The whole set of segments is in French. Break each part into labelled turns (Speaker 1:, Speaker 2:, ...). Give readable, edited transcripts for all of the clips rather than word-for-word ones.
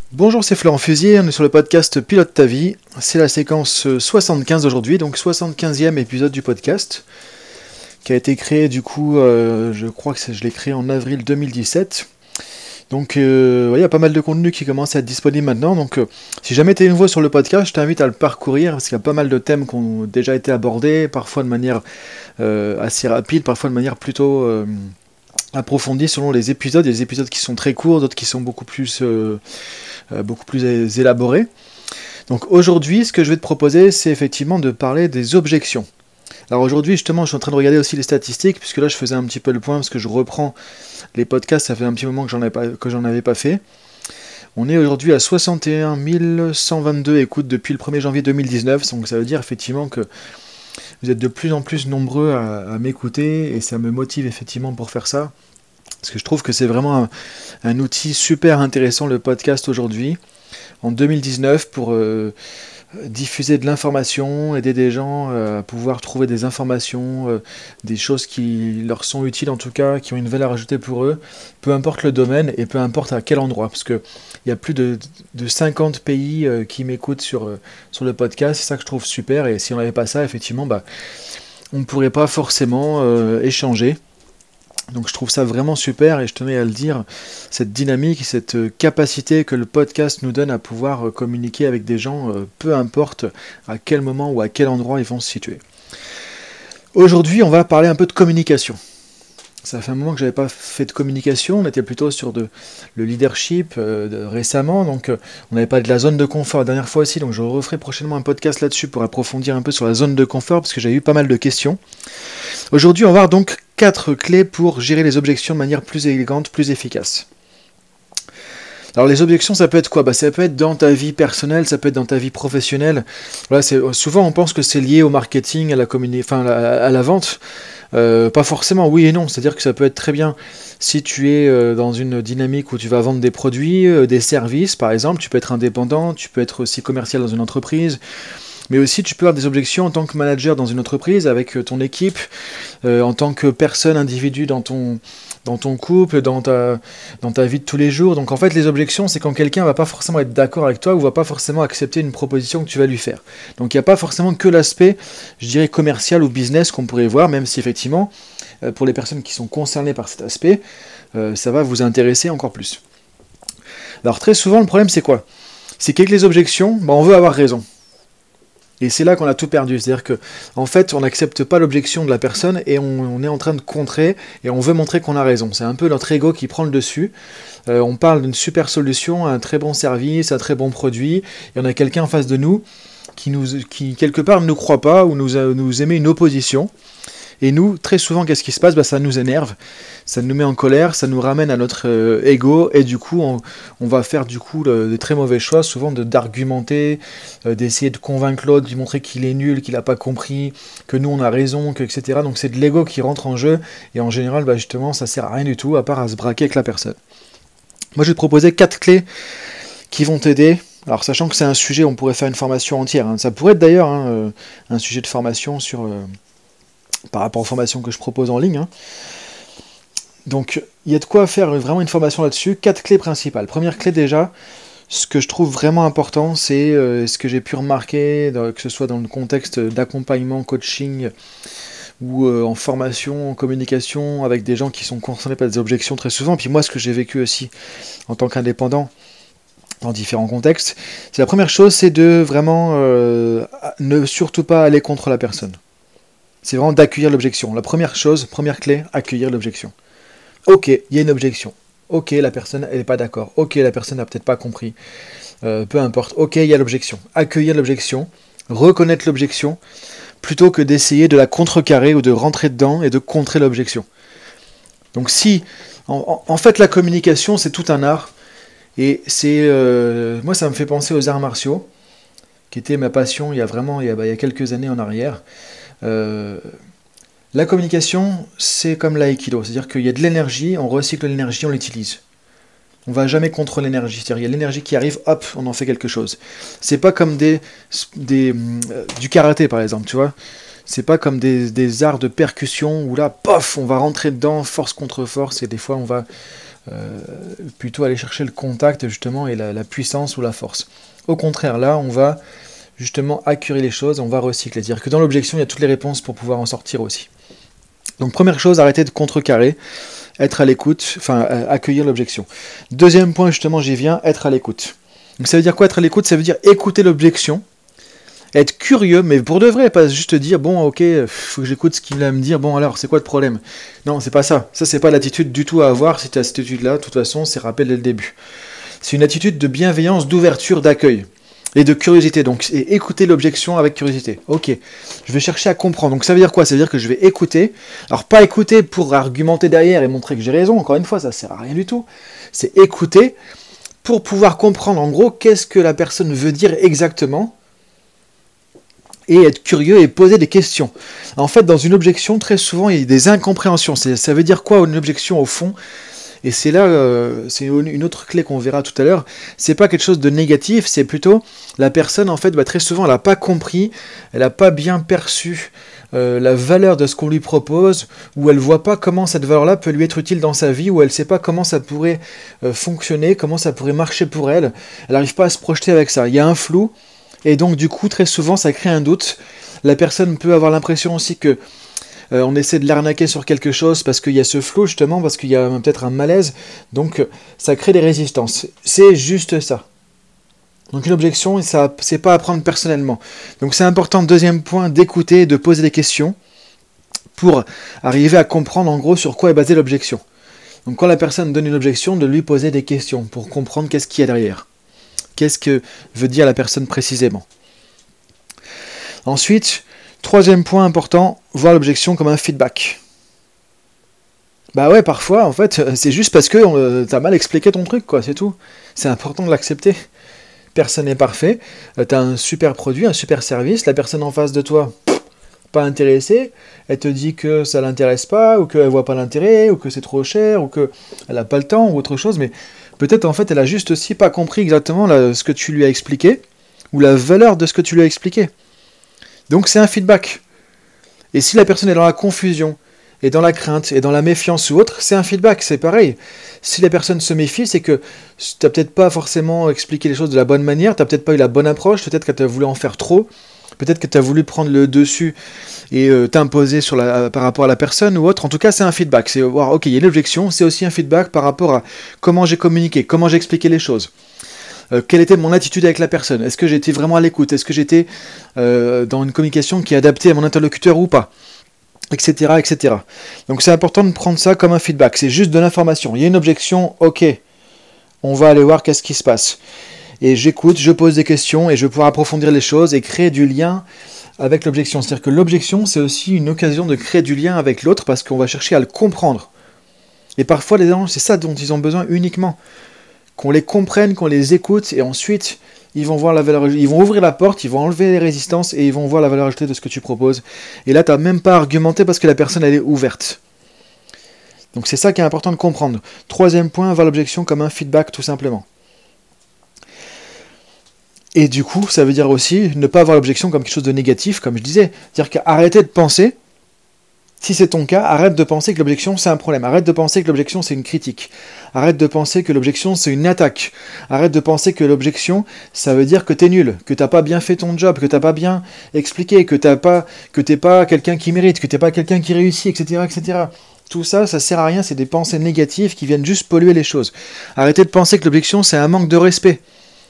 Speaker 1: Bonjour, c'est Florent Fusier, on est sur le podcast Pilote ta vie. C'est la séquence 75 aujourd'hui, donc 75e épisode du podcast, qui a été créé du coup, je crois que je l'ai créé en avril 2017. Donc il y a pas mal de contenu qui commence à être disponible maintenant, donc si jamais tu es nouveau sur le podcast, je t'invite à le parcourir, parce qu'il y a pas mal de thèmes qui ont déjà été abordés, parfois de manière assez rapide, parfois de manière plutôt approfondie selon les épisodes. Il y a des épisodes qui sont très courts, d'autres qui sont beaucoup plus élaborés. Donc aujourd'hui, ce que je vais te proposer, c'est effectivement de parler des objections. Alors aujourd'hui, justement, je suis en train de regarder aussi les statistiques, puisque là, je faisais un petit peu le point, parce que je reprends les podcasts, ça fait un petit moment que j'en avais pas fait. On est aujourd'hui à 61 122 écoutes depuis le 1er janvier 2019, donc ça veut dire effectivement que vous êtes de plus en plus nombreux à m'écouter, et ça me motive effectivement pour faire ça, parce que je trouve que c'est vraiment un outil super intéressant, le podcast aujourd'hui, en 2019, pour diffuser de l'information, aider des gens à pouvoir trouver des informations, des choses qui leur sont utiles en tout cas, qui ont une valeur ajoutée pour eux, peu importe le domaine et peu importe à quel endroit, parce que il y a plus de 50 pays qui m'écoutent sur le podcast, c'est ça que je trouve super, et si on n'avait pas ça, effectivement, on ne pourrait pas forcément échanger. Donc je trouve ça vraiment super, et je tenais à le dire, cette dynamique, cette capacité que le podcast nous donne à pouvoir communiquer avec des gens, peu importe à quel moment ou à quel endroit ils vont se situer. Aujourd'hui, on va parler un peu de communication. Ça fait un moment que j'avais pas fait de communication, on était plutôt sur le leadership récemment, donc on n'avait pas de la zone de confort la dernière fois aussi, donc je referai prochainement un podcast là-dessus pour approfondir un peu sur la zone de confort, parce que j'ai eu pas mal de questions. Aujourd'hui, on va voir donc 4 clés pour gérer les objections de manière plus élégante, plus efficace. Alors les objections, ça peut être quoi ? Ça peut être dans ta vie personnelle, ça peut être dans ta vie professionnelle. Voilà, souvent on pense que c'est lié au marketing, à la vente. Pas forcément, oui et non. C'est-à-dire que ça peut être très bien si tu es dans une dynamique où tu vas vendre des produits, des services par exemple. Tu peux être indépendant, tu peux être aussi commercial dans une entreprise. Mais aussi, tu peux avoir des objections en tant que manager dans une entreprise, avec ton équipe, en tant que personne, individu dans ton couple, dans ta vie de tous les jours. Donc en fait, les objections, c'est quand quelqu'un va pas forcément être d'accord avec toi ou va pas forcément accepter une proposition que tu vas lui faire. Donc il n'y a pas forcément que l'aspect, je dirais, commercial ou business qu'on pourrait voir, même si effectivement, pour les personnes qui sont concernées par cet aspect, ça va vous intéresser encore plus. Alors très souvent, le problème, c'est quoi ? C'est qu'avec les objections, on veut avoir raison. Et c'est là qu'on a tout perdu, c'est-à-dire que en fait on n'accepte pas l'objection de la personne et on est en train de contrer et on veut montrer qu'on a raison. C'est un peu notre ego qui prend le dessus. On parle d'une super solution, un très bon service, un très bon produit, et on a quelqu'un en face de nous qui quelque part ne nous croit pas ou nous émet une opposition. Et nous, très souvent, qu'est-ce qui se passe ? Ça nous énerve, ça nous met en colère, ça nous ramène à notre ego, et du coup, on va faire des très mauvais choix, souvent d'argumenter, d'essayer de convaincre l'autre, de lui montrer qu'il est nul, qu'il n'a pas compris, que nous on a raison, etc. Donc c'est de l'ego qui rentre en jeu, et en général, justement, ça sert à rien du tout, à part à se braquer avec la personne. Moi, je vais te proposer 4 clés qui vont t'aider. Alors, sachant que c'est un sujet, on pourrait faire une formation entière. Ça pourrait être d'ailleurs un sujet de formation par rapport aux formations que je propose en ligne. Donc, il y a de quoi faire vraiment une formation là-dessus. 4 clés principales. Première clé déjà, ce que je trouve vraiment important, c'est ce que j'ai pu remarquer, que ce soit dans le contexte d'accompagnement, coaching, ou en formation, en communication, avec des gens qui sont concernés par des objections très souvent. Puis moi, ce que j'ai vécu aussi en tant qu'indépendant, dans différents contextes, c'est la première chose, c'est de vraiment ne surtout pas aller contre la personne. C'est vraiment d'accueillir l'objection. La première chose, première clé, accueillir l'objection. Ok, il y a une objection. Ok, la personne, elle n'est pas d'accord. Ok, la personne n'a peut-être pas compris. Peu importe. Ok, il y a l'objection. Accueillir l'objection, reconnaître l'objection, plutôt que d'essayer de la contrecarrer ou de rentrer dedans et de contrer l'objection. Donc en fait, la communication, c'est tout un art. Et moi, ça me fait penser aux arts martiaux, qui était ma passion il y a quelques années en arrière. La communication, c'est comme l'aïkido, c'est-à-dire qu'il y a de l'énergie, on recycle l'énergie, on l'utilise. On va jamais contre l'énergie, c'est-à-dire il y a l'énergie qui arrive, hop, on en fait quelque chose. C'est pas comme du karaté par exemple, tu vois. C'est pas comme des arts de percussion où là, pof, on va rentrer dedans, force contre force, et des fois on va plutôt aller chercher le contact justement et la puissance ou la force. Au contraire, là, on va justement accueillir les choses, on va recycler. C'est-à-dire que dans l'objection, il y a toutes les réponses pour pouvoir en sortir aussi. Donc première chose, arrêter de contrecarrer, être à l'écoute, accueillir l'objection. Deuxième point, justement, j'y viens, être à l'écoute. Donc ça veut dire quoi être à l'écoute? Ça veut dire écouter l'objection, être curieux, mais pour de vrai, pas juste dire, bon, ok, faut que j'écoute ce qu'il va me dire, bon alors, c'est quoi le problème? Non, c'est pas ça. Ça, c'est pas l'attitude du tout à avoir, si tu as cette attitude-là, de toute façon, c'est rappelé dès le début. C'est une attitude de bienveillance, d'ouverture, d'accueil. Et de curiosité, donc et écouter l'objection avec curiosité. Ok, je vais chercher à comprendre. Donc ça veut dire quoi? Ça veut dire que je vais écouter. Alors pas écouter pour argumenter derrière et montrer que j'ai raison, encore une fois, ça sert à rien du tout. C'est écouter pour pouvoir comprendre en gros qu'est-ce que la personne veut dire exactement et être curieux et poser des questions. En fait, dans une objection, très souvent, il y a des incompréhensions. Ça veut dire quoi une objection au fond? Et c'est là, c'est une autre clé qu'on verra tout à l'heure, c'est pas quelque chose de négatif, c'est plutôt la personne en fait, très souvent elle n'a pas compris, elle n'a pas bien perçu la valeur de ce qu'on lui propose, ou elle voit pas comment cette valeur-là peut lui être utile dans sa vie, ou elle sait pas comment ça pourrait fonctionner, comment ça pourrait marcher pour elle, elle n'arrive pas à se projeter avec ça, il y a un flou, et donc du coup très souvent ça crée un doute, la personne peut avoir l'impression aussi que on essaie de l'arnaquer sur quelque chose parce qu'il y a ce flou justement, parce qu'il y a peut-être un malaise, donc ça crée des résistances. C'est juste ça. Donc une objection, ça, c'est pas à prendre personnellement. Donc c'est important, deuxième point, d'écouter, de poser des questions pour arriver à comprendre en gros sur quoi est basée l'objection. Donc quand la personne donne une objection, de lui poser des questions pour comprendre qu'est-ce qu'il y a derrière. Qu'est-ce que veut dire la personne précisément. Ensuite, troisième point important, voir l'objection comme un feedback. Bah ouais, parfois, en fait, c'est juste parce que t'as mal expliqué ton truc, quoi, c'est tout. C'est important de l'accepter. Personne n'est parfait. T'as un super produit, un super service, la personne en face de toi, pas intéressée, elle te dit que ça l'intéresse pas, ou qu'elle voit pas l'intérêt, ou que c'est trop cher, ou qu'elle a pas le temps, ou autre chose, mais peut-être en fait elle a juste aussi pas compris exactement ce que tu lui as expliqué, ou la valeur de ce que tu lui as expliqué. Donc c'est un feedback. Et si la personne est dans la confusion, et dans la crainte, et dans la méfiance ou autre, c'est un feedback, c'est pareil. Si la personne se méfie, c'est que tu n'as peut-être pas forcément expliqué les choses de la bonne manière, tu n'as peut-être pas eu la bonne approche, peut-être que tu as voulu en faire trop, peut-être que tu as voulu prendre le dessus et t'imposer par rapport à la personne ou autre. En tout cas, c'est un feedback. C'est voir, ok, il y a une objection, c'est aussi un feedback par rapport à comment j'ai communiqué, comment j'ai expliqué les choses. Quelle était mon attitude avec la personne? Est-ce que j'étais vraiment à l'écoute? Est-ce que j'étais dans une communication qui est adaptée à mon interlocuteur ou pas? Etc., etc. Donc c'est important de prendre ça comme un feedback. C'est juste de l'information. Il y a une objection, ok. On va aller voir qu'est-ce qui se passe. Et j'écoute, je pose des questions et je vais pouvoir approfondir les choses et créer du lien avec l'objection. C'est-à-dire que l'objection, c'est aussi une occasion de créer du lien avec l'autre parce qu'on va chercher à le comprendre. Et parfois, les gens, c'est ça dont ils ont besoin uniquement. Qu'on les comprenne, qu'on les écoute, et ensuite, ils vont voir la valeur, ils vont ouvrir la porte, ils vont enlever les résistances, et ils vont voir la valeur ajoutée de ce que tu proposes. Et là, tu n'as même pas argumenté parce que la personne, elle est ouverte. Donc c'est ça qui est important de comprendre. Troisième point, voir l'objection comme un feedback, tout simplement. Et du coup, ça veut dire aussi ne pas voir l'objection comme quelque chose de négatif, comme je disais. C'est-à-dire qu'arrêter de penser, si c'est ton cas, arrête de penser que l'objection c'est un problème. Arrête de penser que l'objection c'est une critique. Arrête de penser que l'objection c'est une attaque. Arrête de penser que l'objection ça veut dire que t'es nul, que t'as pas bien fait ton job, que t'as pas bien expliqué, que t'es pas quelqu'un qui mérite, que t'es pas quelqu'un qui réussit, etc., etc. Tout ça, ça sert à rien, c'est des pensées négatives qui viennent juste polluer les choses. Arrêtez de penser que l'objection c'est un manque de respect.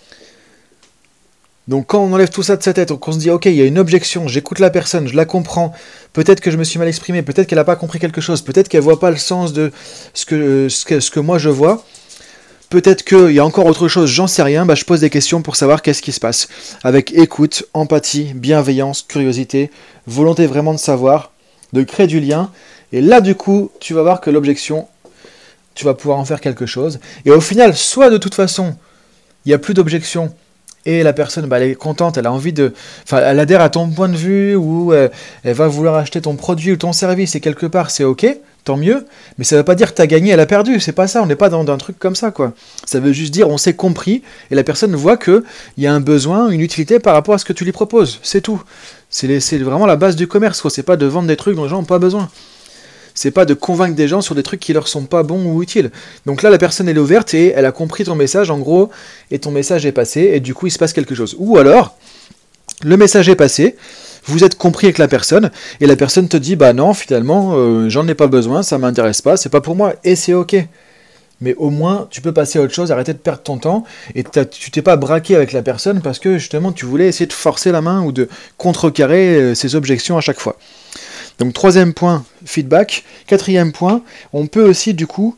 Speaker 1: Donc quand on enlève tout ça de sa tête, qu'on se dit ok, il y a une objection, j'écoute la personne, je la comprends, peut-être que je me suis mal exprimé, peut-être qu'elle n'a pas compris quelque chose, peut-être qu'elle ne voit pas le sens de ce que moi je vois, peut-être qu'il y a encore autre chose, j'en sais rien, je pose des questions pour savoir qu'est-ce qui se passe. Avec écoute, empathie, bienveillance, curiosité, volonté vraiment de savoir, de créer du lien, et là du coup, tu vas voir que l'objection, tu vas pouvoir en faire quelque chose, et au final, soit de toute façon, il n'y a plus d'objection, et la personne, elle est contente, elle a envie elle adhère à ton point de vue, ou elle va vouloir acheter ton produit ou ton service, et quelque part, c'est ok, tant mieux, mais ça veut pas dire que t'as gagné, elle a perdu, c'est pas ça, on n'est pas dans un truc comme ça, quoi. Ça veut juste dire, on s'est compris, et la personne voit qu'il y a un besoin, une utilité par rapport à ce que tu lui proposes, c'est tout. C'est vraiment la base du commerce, quoi. C'est pas de vendre des trucs dont les gens n'ont pas besoin. C'est pas de convaincre des gens sur des trucs qui leur sont pas bons ou utiles. Donc là, la personne, elle est ouverte et elle a compris ton message, en gros, et ton message est passé, et du coup, il se passe quelque chose. Ou alors, le message est passé, vous êtes compris avec la personne, et la personne te dit, bah non, finalement, j'en ai pas besoin, ça m'intéresse pas, c'est pas pour moi, et c'est ok. Mais au moins, tu peux passer à autre chose, arrêter de perdre ton temps, et tu t'es pas braqué avec la personne parce que justement, tu voulais essayer de forcer la main ou de contrecarrer ses objections à chaque fois. Donc troisième point, feedback. Quatrième point, on peut aussi du coup,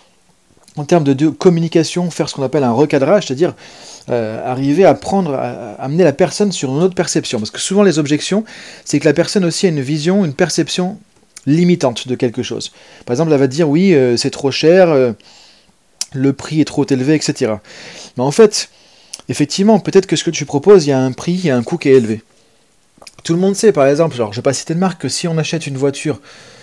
Speaker 1: en termes de communication, faire ce qu'on appelle un recadrage, c'est-à-dire arriver à amener la personne sur une autre perception. Parce que souvent les objections, c'est que la personne aussi a une vision, une perception limitante de quelque chose. Par exemple, elle va dire oui, c'est trop cher, le prix est trop élevé, etc. Mais en fait, effectivement, peut-être que ce que tu proposes, il y a un prix, il y a un coût qui est élevé. Tout le monde sait, par exemple, alors je ne vais pas citer de marque, que si on achète une voiture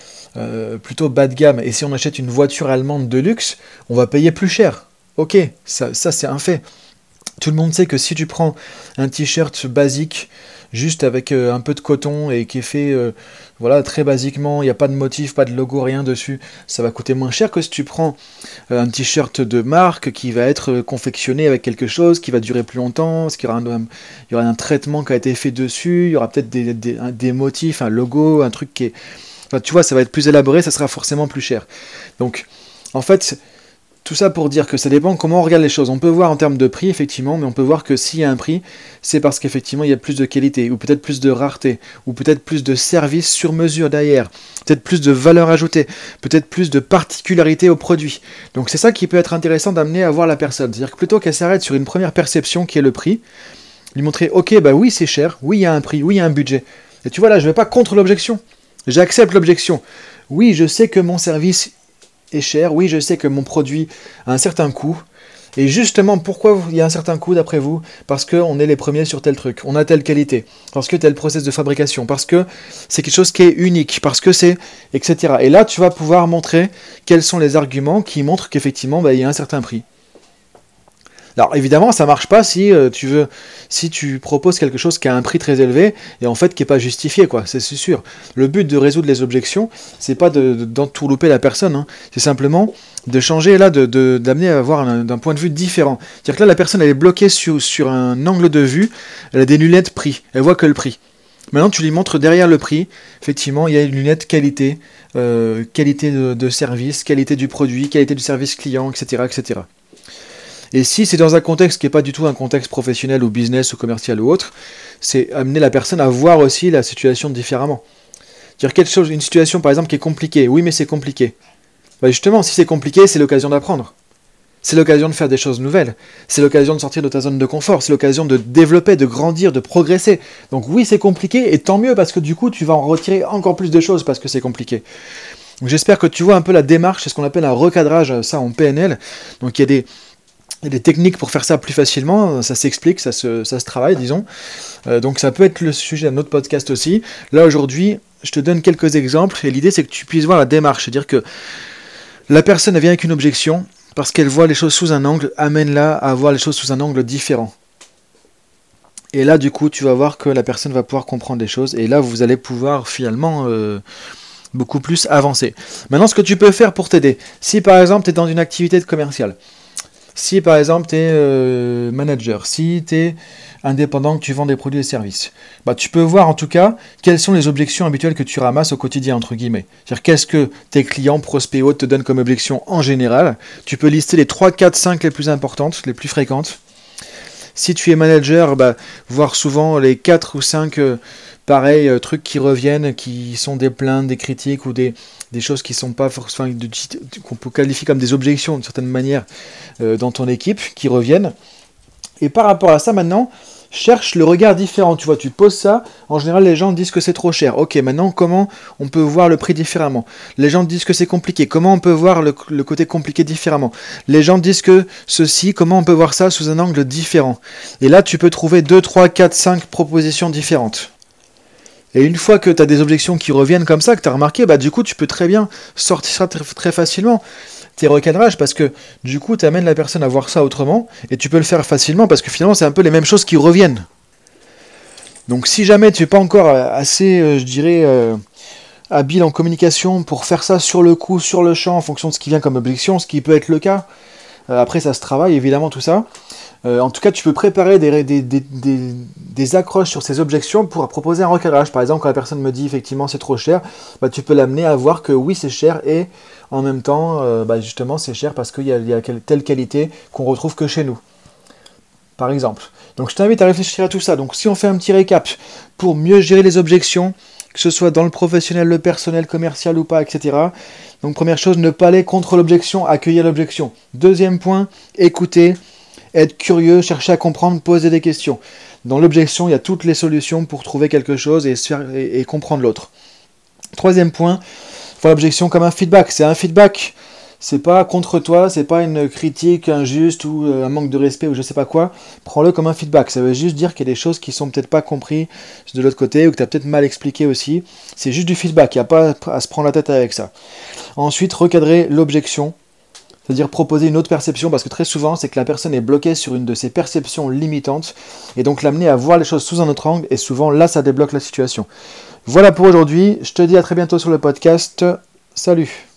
Speaker 1: plutôt bas de gamme, et si on achète une voiture allemande de luxe, on va payer plus cher. Ok, ça c'est un fait. Tout le monde sait que si tu prends un t-shirt basique, juste avec un peu de coton et qui est fait voilà, très basiquement, il n'y a pas de motif, pas de logo, rien dessus, ça va coûter moins cher que si tu prends un t-shirt de marque qui va être confectionné avec quelque chose qui va durer plus longtemps, parce qu'il y aura un traitement qui a été fait dessus, il y aura peut-être des motifs, un logo, un truc qui est... Enfin, tu vois, ça va être plus élaboré, ça sera forcément plus cher. Donc, en fait... Tout ça pour dire que ça dépend comment on regarde les choses. On peut voir en termes de prix, effectivement, mais on peut voir que s'il y a un prix, c'est parce qu'effectivement, il y a plus de qualité, ou peut-être plus de rareté, ou peut-être plus de services sur mesure derrière, peut-être plus de valeur ajoutée, peut-être plus de particularité au produit. Donc c'est ça qui peut être intéressant d'amener à voir la personne. C'est-à-dire que plutôt qu'elle s'arrête sur une première perception qui est le prix, lui montrer, ok, bah oui, c'est cher, oui, il y a un prix, oui, il y a un budget. Et tu vois, là, je ne vais pas contre l'objection. J'accepte l'objection. Oui, je sais que mon service est cher, oui je sais que mon produit a un certain coût, et justement pourquoi il y a un certain coût d'après vous? Parce qu'on est les premiers sur tel truc, on a telle qualité, parce que tel process de fabrication, parce que c'est quelque chose qui est unique, parce que c'est... etc. Et là tu vas pouvoir montrer quels sont les arguments qui montrent qu'effectivement il y a un certain prix. Alors évidemment, ça marche pas si tu proposes quelque chose qui a un prix très élevé et en fait qui est pas justifié, quoi. C'est sûr. Le but de résoudre les objections, c'est pas d'entourlouper la personne, hein. C'est simplement de changer là, d'amener à avoir d'un point de vue différent. C'est-à-dire que là, la personne elle est bloquée sur un angle de vue, elle a des lunettes prix, elle voit que le prix. Maintenant, tu lui montres derrière le prix, effectivement, il y a une lunette qualité, qualité de service, qualité du produit, qualité du service client, etc., etc. Et si c'est dans un contexte qui n'est pas du tout un contexte professionnel ou business ou commercial ou autre, c'est amener la personne à voir aussi la situation différemment. Dire quelque chose, une situation par exemple qui est compliquée, oui mais c'est compliqué. Bah justement, si c'est compliqué, c'est l'occasion d'apprendre. C'est l'occasion de faire des choses nouvelles. C'est l'occasion de sortir de ta zone de confort. C'est l'occasion de développer, de grandir, de progresser. Donc oui, c'est compliqué, et tant mieux, parce que du coup, tu vas en retirer encore plus de choses parce que c'est compliqué. Donc j'espère que tu vois un peu la démarche, c'est ce qu'on appelle un recadrage, ça en PNL. Donc il y a des techniques pour faire ça plus facilement, ça s'explique, ça se travaille, disons. Donc ça peut être le sujet d'un autre podcast aussi. Là, aujourd'hui, je te donne quelques exemples, et l'idée, c'est que tu puisses voir la démarche. C'est-à-dire que la personne, elle vient avec une objection, parce qu'elle voit les choses sous un angle, amène-la à voir les choses sous un angle différent. Et là, du coup, tu vas voir que la personne va pouvoir comprendre les choses, et là, vous allez pouvoir finalement beaucoup plus avancer. Maintenant, ce que tu peux faire pour t'aider, si par exemple, tu es dans une activité commerciale, si par exemple tu es manager, si tu es indépendant, que tu vends des produits et services, tu peux voir en tout cas quelles sont les objections habituelles que tu ramasses au quotidien, entre guillemets. C'est-à-dire qu'est-ce que tes clients, prospects et autres te donnent comme objection en général. Tu peux lister les 3, 4, 5 les plus importantes, les plus fréquentes. Si tu es manager, voir souvent les 4 ou 5 trucs qui reviennent, qui sont des plaintes, des critiques ou des choses qui sont pas forcément qu'on peut qualifier comme des objections d'une certaine manière dans ton équipe, qui reviennent. Et par rapport à ça maintenant, cherche le regard différent. Tu vois, tu poses ça, en général les gens disent que c'est trop cher. Ok, maintenant comment on peut voir le prix différemment? Les gens disent que c'est compliqué. Comment on peut voir le côté compliqué différemment? Les gens disent que ceci, comment on peut voir ça sous un angle différent? Et là tu peux trouver 2, 3, 4, 5 propositions différentes. Et une fois que tu as des objections qui reviennent comme ça, que tu as remarqué, du coup tu peux très bien sortir ça très facilement. Tes recadrages, parce que du coup tu amènes la personne à voir ça autrement, et tu peux le faire facilement parce que finalement c'est un peu les mêmes choses qui reviennent. Donc si jamais tu n'es pas encore assez, habile en communication pour faire ça sur le coup, sur le champ, en fonction de ce qui vient comme objection, ce qui peut être le cas. Après, ça se travaille, évidemment, tout ça. En tout cas, tu peux préparer des accroches sur ces objections pour proposer un recadrage. Par exemple, quand la personne me dit effectivement c'est trop cher, tu peux l'amener à voir que oui c'est cher et en même temps, justement c'est cher parce qu'il y a telle qualité qu'on retrouve que chez nous. Par exemple. Donc je t'invite à réfléchir à tout ça. Donc si on fait un petit récap pour mieux gérer les objections, que ce soit dans le professionnel, le personnel, commercial ou pas, etc. Donc première chose, ne pas aller contre l'objection, accueillir l'objection. Deuxième point, écouter, être curieux, chercher à comprendre, poser des questions. Dans l'objection, il y a toutes les solutions pour trouver quelque chose et comprendre l'autre. Troisième point, voir l'objection comme un feedback. C'est un feedback, c'est pas contre toi, c'est pas une critique injuste ou un manque de respect ou je sais pas quoi. Prends-le comme un feedback. Ça veut juste dire qu'il y a des choses qui sont peut-être pas comprises de l'autre côté ou que tu as peut-être mal expliqué aussi. C'est juste du feedback, il n'y a pas à se prendre la tête avec ça. Ensuite, recadrer l'objection. C'est-à-dire proposer une autre perception, parce que très souvent, c'est que la personne est bloquée sur une de ses perceptions limitantes, et donc l'amener à voir les choses sous un autre angle, et souvent là, ça débloque la situation. Voilà pour aujourd'hui, je te dis à très bientôt sur le podcast, salut!